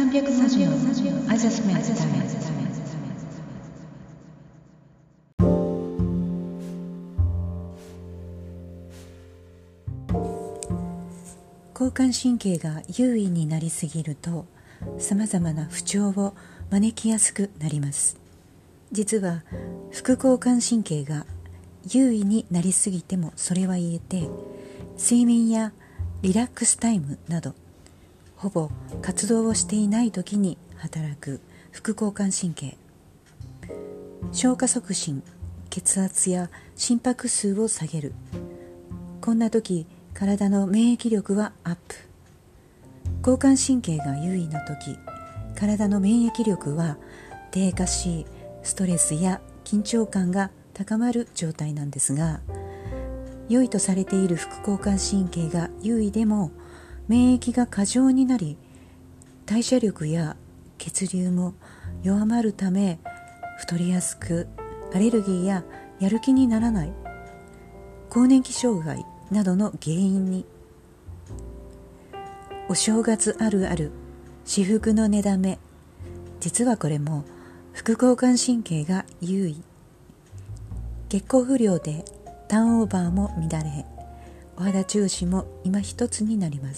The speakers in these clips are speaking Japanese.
300文字のアジャスメントタイム。交感神経が優位になりすぎるとさまざまな不調を招きやすくなります。実は副交感神経が優位になりすぎてもそれは言えて、睡眠やリラックスタイムなどほぼ活動をしていない時に働く副交感神経、消化促進、血圧や心拍数を下げる。こんな時体の免疫力はアップ。交感神経が優位の時、体の免疫力は低下し、ストレスや緊張感が高まる状態なんですが、良いとされている副交感神経が優位でも免疫が過剰になり、代謝力や血流も弱まるため太りやすく、アレルギーややる気にならない、更年期障害などの原因に。お正月あるある、至福の寝だめ。実はこれも副交感神経が優位。血行不良でターンオーバーも乱れ、お肌調子も今一つになります。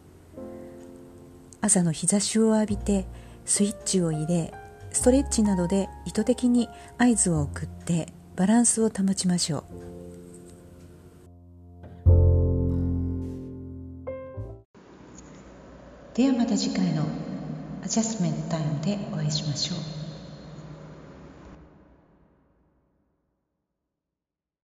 朝の日差しを浴びてスイッチを入れ、ストレッチなどで意図的に合図を送ってバランスを保ちましょう。ではまた次回のアジャスメントタイムでお会いしましょう。